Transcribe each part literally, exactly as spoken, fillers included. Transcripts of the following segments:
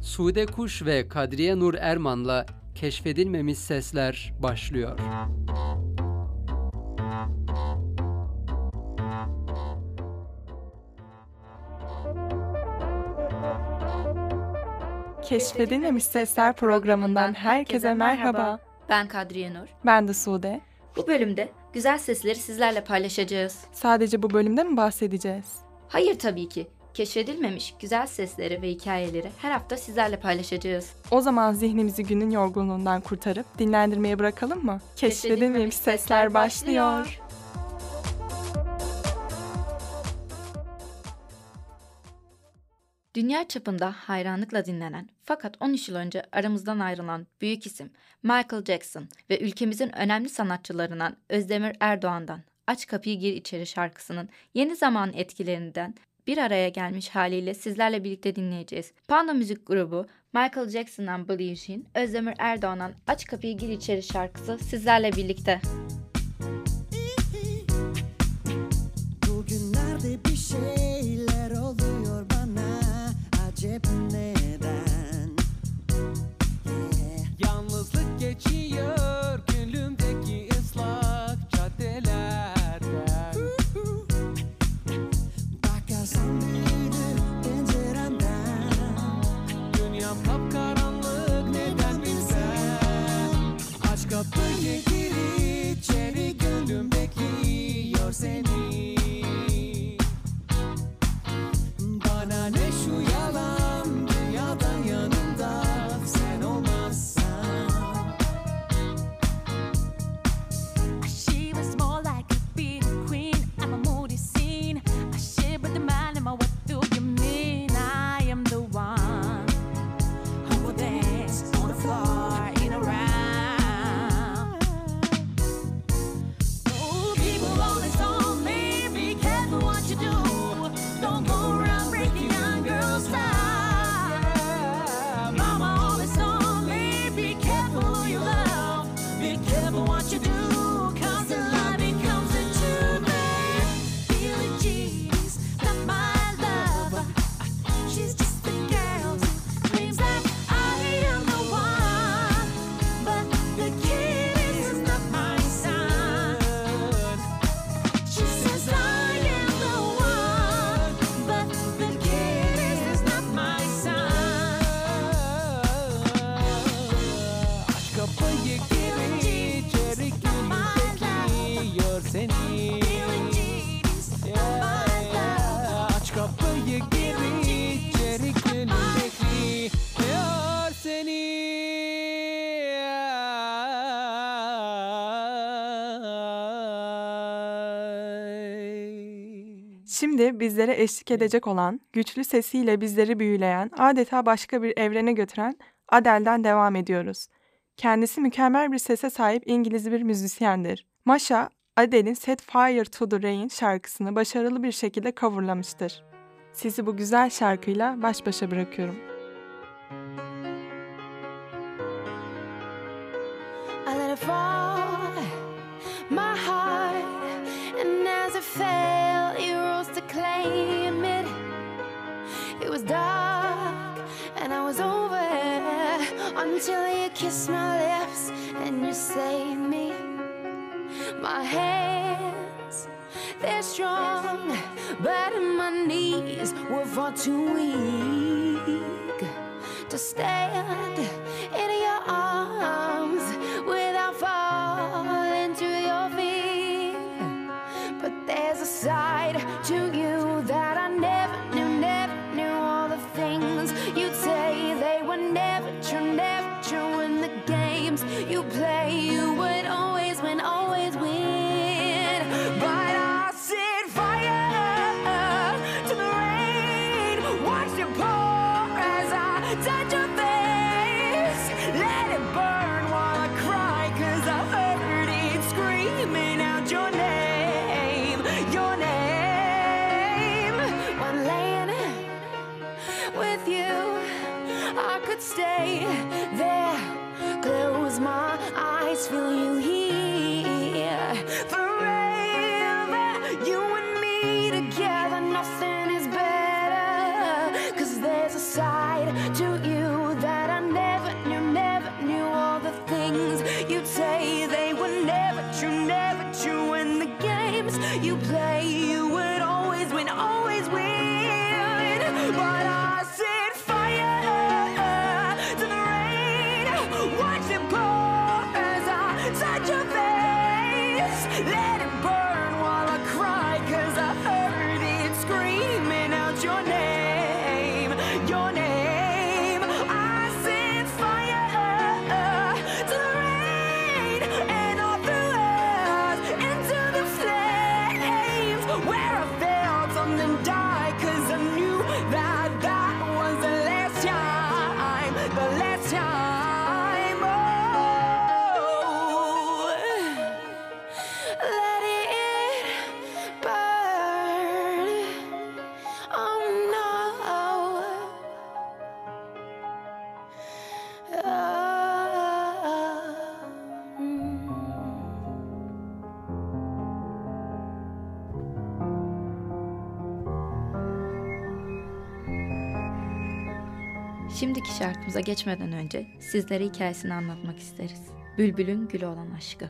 Sude Kuş ve Kadriye Nur Erman'la Keşfedilmemiş Sesler başlıyor. Keşfedilmemiş Sesler programından herkese merhaba. Ben Kadriye Nur. Ben de Sude. Bu bölümde güzel sesleri sizlerle paylaşacağız. Sadece bu bölümde mi bahsedeceğiz? Hayır tabii ki. Keşfedilmemiş güzel sesleri ve hikayeleri her hafta sizlerle paylaşacağız. O zaman zihnimizi günün yorgunluğundan kurtarıp dinlendirmeye bırakalım mı? Keşfedilmemiş Sesler başlıyor. Dünya çapında hayranlıkla dinlenen fakat on üç yıl önce aramızdan ayrılan büyük isim Michael Jackson ve ülkemizin önemli sanatçılarından Özdemir Erdoğan'dan Aç Kapıyı Gir İçeri şarkısının yeni zaman etkilerinden bir araya gelmiş haliyle sizlerle birlikte dinleyeceğiz. Panda müzik grubu Michael Jackson'dan Billie Jean, Özdemir Erdoğan'dan Aç Kapıyı Gir İçeri şarkısı sizlerle birlikte. Bugünlerde bir şeyler oluyor bana, acep neden? Yeah. Yalnızlık geçiyor gönlümdeki ıslak caddelerden. Bakarsam büyüdü penceremden, dünyam kapkaranlık neden bilsem. Aç kapıyı gir içeri, gönlüm bekliyor seni. Bana ne şu yalan, dünyada yanımda sen olmazsan. She was more like a big queen. I'm a moody scene. I shiver the man in my what do you mean? I am the one who will dance on the floor in a round. Oh, people always told me, be careful what you do. Don't go around breaking young girls' style. Mama always told me, be careful who you love. Be careful what you do, 'cause the lie becomes the truth. Billie Jean's not my love. She's just the girl who claims that I am the one. But the kid is not my son. She says I am the one, but the kid is not my son. Aç kapıyı gir içeri, gönlüm bekliyor seni. Billie Jean's not my love. Aç kapıyı gir içeri, gönlüm bekliyor seni. Şimdi bizlere eşlik edecek olan, güçlü sesiyle bizleri büyüleyen, adeta başka bir evrene götüren Adele'den devam ediyoruz. Kendisi mükemmel bir sese sahip İngiliz bir müzisyendir. Masha, Adele'in Set Fire to the Rain şarkısını başarılı bir şekilde coverlamıştır. Sizi bu güzel şarkıyla baş başa bırakıyorum. I let it fall, my heart, and as it fell, it rose to claim it. It was dark, and I was over until you kissed my lips and you saved me. My hands, they're strong, but my knees were far too weak to stand in your arms without falling to your feet. But there's a side to you that I never knew, never knew. All the things you'd say, they were never true, never true. In the games you play, you would always win, always win. But I'll set fire to the rain, watch it pour as I touch your face. Let it burn while I cry, 'cause I heard it screaming out your name, your name. When laying with you, I could stay there, close my eyes, feel you here. Forever, you and me together, nothing is better, 'cause there's a side lied to you, that I never knew, never knew all the things you'd say. They were never true, never true. And the games you play, you would always win, always win. But I set fire to the rain, watch it pour as I touch your face. Let it burn while I cry, 'cause I heard it screaming out your name, your name. I set fire to the rain and all through us into the flames, where I felt something die, 'cause I knew that that was the last time, the last time. Oh, let it burn. Oh no. Oh, mm. Şimdiki şarkımıza geçmeden önce sizlere hikayesini anlatmak isteriz. Bülbül'ün gülü olan aşkı.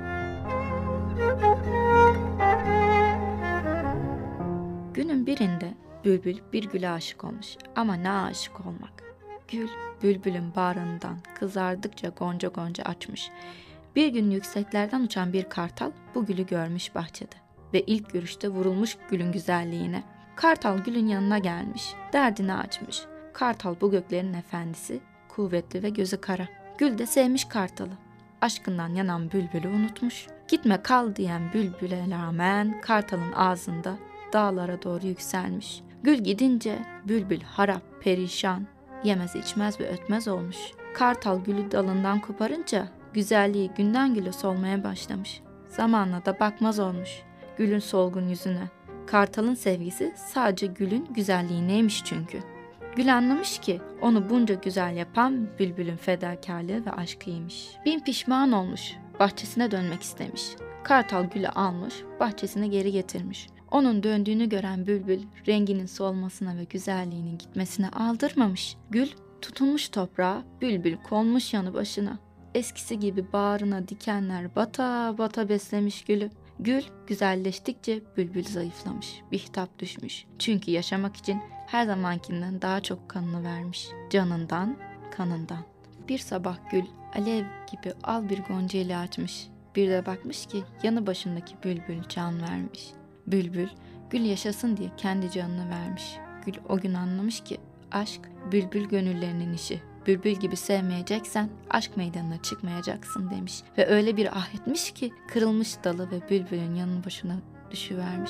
Günün birinde Bülbül bir güle aşık olmuş, ama ne aşık olmak. Gül, bülbülün bağrından kızardıkça gonca gonca açmış. Bir gün yükseklerden uçan bir kartal bu gülü görmüş bahçede ve ilk görüşte vurulmuş gülün güzelliğine. Kartal gülün yanına gelmiş, derdini açmış. Kartal bu göklerin efendisi, kuvvetli ve gözü kara. Gül de sevmiş kartalı. Aşkından yanan bülbülü unutmuş. Gitme kal diyen bülbüle rağmen kartalın ağzında dağlara doğru yükselmiş. Gül gidince bülbül harap, perişan, yemez içmez ve ötmez olmuş. Kartal gülü dalından koparınca güzelliği günden güne solmaya başlamış. Zamanla da bakmaz olmuş gülün solgun yüzüne. Kartalın sevgisi sadece gülün güzelliğineymiş çünkü. Gül anlamış ki onu bunca güzel yapan bülbülün fedakarlığı ve aşkıymış. Bin pişman olmuş, bahçesine dönmek istemiş. Kartal gülü almış, bahçesine geri getirmiş. Onun döndüğünü gören bülbül renginin solmasına ve güzelliğinin gitmesine aldırmamış. Gül tutunmuş toprağa, bülbül konmuş yanı başına. Eskisi gibi bağrına dikenler bata bata beslemiş gülü. Gül güzelleştikçe bülbül zayıflamış, bihtap düşmüş. Çünkü yaşamak için her zamankinden daha çok kanını vermiş. Canından, kanından. Bir sabah gül alev gibi al bir gonca ile açmış. Bir de bakmış ki yanı başındaki bülbül can vermiş. Bülbül gül yaşasın diye kendi canını vermiş. Gül o gün anlamış ki aşk bülbül gönüllerinin işi. Bülbül gibi sevmeyeceksen aşk meydanına çıkmayacaksın demiş. Ve öyle bir ah etmiş ki kırılmış dalı ve bülbülün yanı başına düşüvermiş.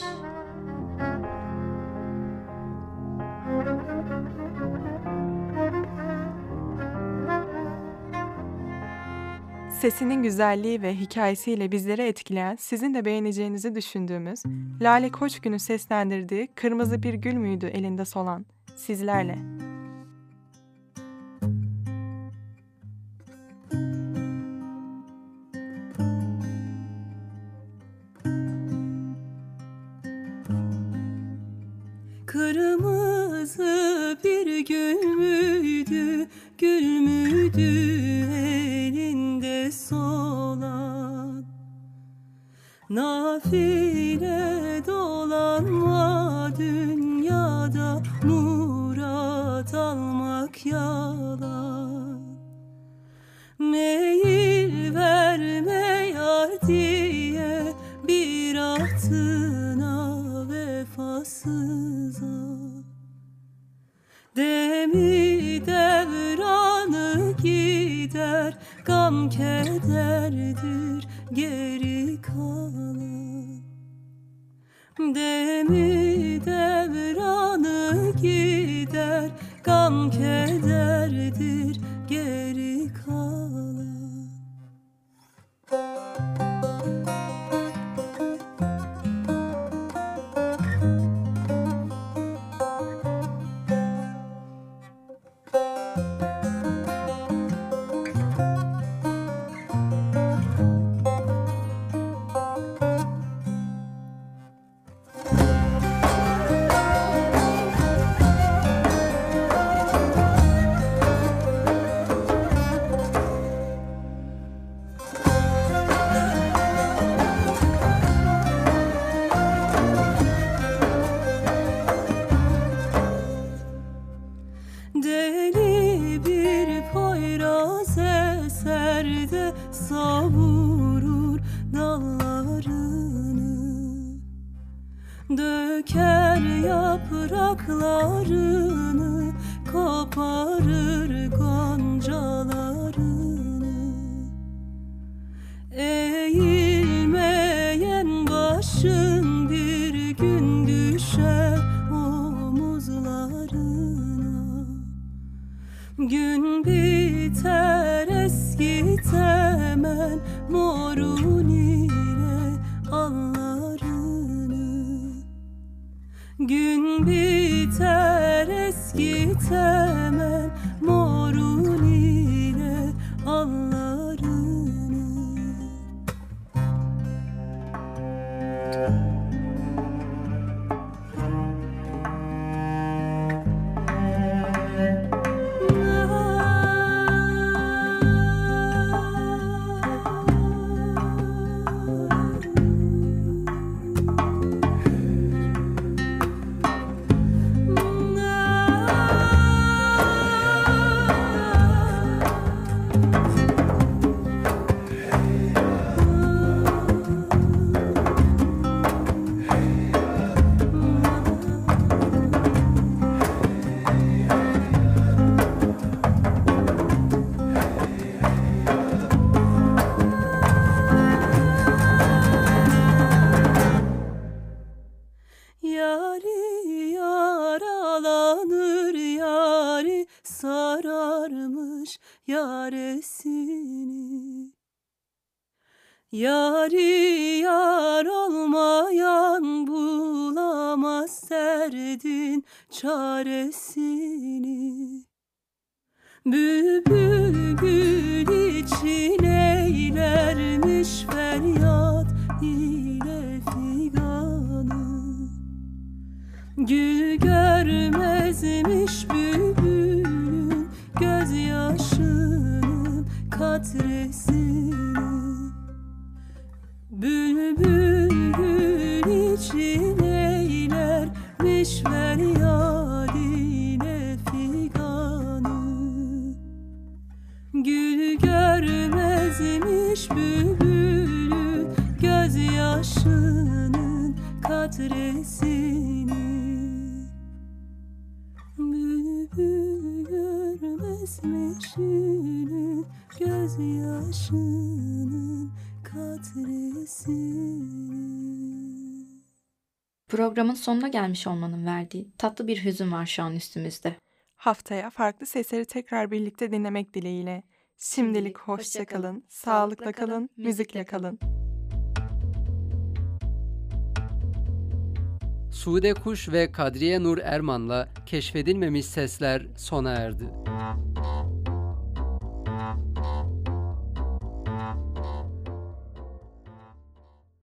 Sesinin güzelliği ve hikayesiyle bizleri etkileyen, sizin de beğeneceğinizi düşündüğümüz Lale Koçgün'ün seslendirdiği Kırmızı Bir Gül Müydü Elinde Solan sizlerle. Kırmızı bir gül müydü, gül müydü elinde solan? Nafile dolanma dünyada, murat almak yalan. Meyil verme yar diye bir ahtına vefasıza. Demi devranı gider, gam kederdir geri kalan. Demi devranı gider, gam kederdir geri kalan. yapraklarını, koparır goncalarını. Eğilmeyen başın bir gün düşer omuzlarına. Gün biter eskitemem morun ile allarını. Gün biter eskitemem morun ile allarını. Yari yaralanır, yari sararmış yaresini. Yari yar olmayan bulamaz derdin çaresini. Bülbül gül için eylermiş feryat ile figanı. Gül görmezmiş bülbülün gözyaşının katresini. Bülbül gül için eylermiş feryat ile figanı. Gül görmezmiş bülbülün gözyaşının katresini. Bülbül görmezmiş gülün gözyaşının katresini. Programın sonuna gelmiş olmanın verdiği tatlı bir hüzün var şu an üstümüzde. Haftaya farklı sesleri tekrar birlikte dinlemek dileğiyle. Şimdilik hoşça kalın, sağlıkla kalın, müzikle kalın. Sude Kuş ve Kadriye Nur Erman'la Keşfedilmemiş Sesler sona erdi.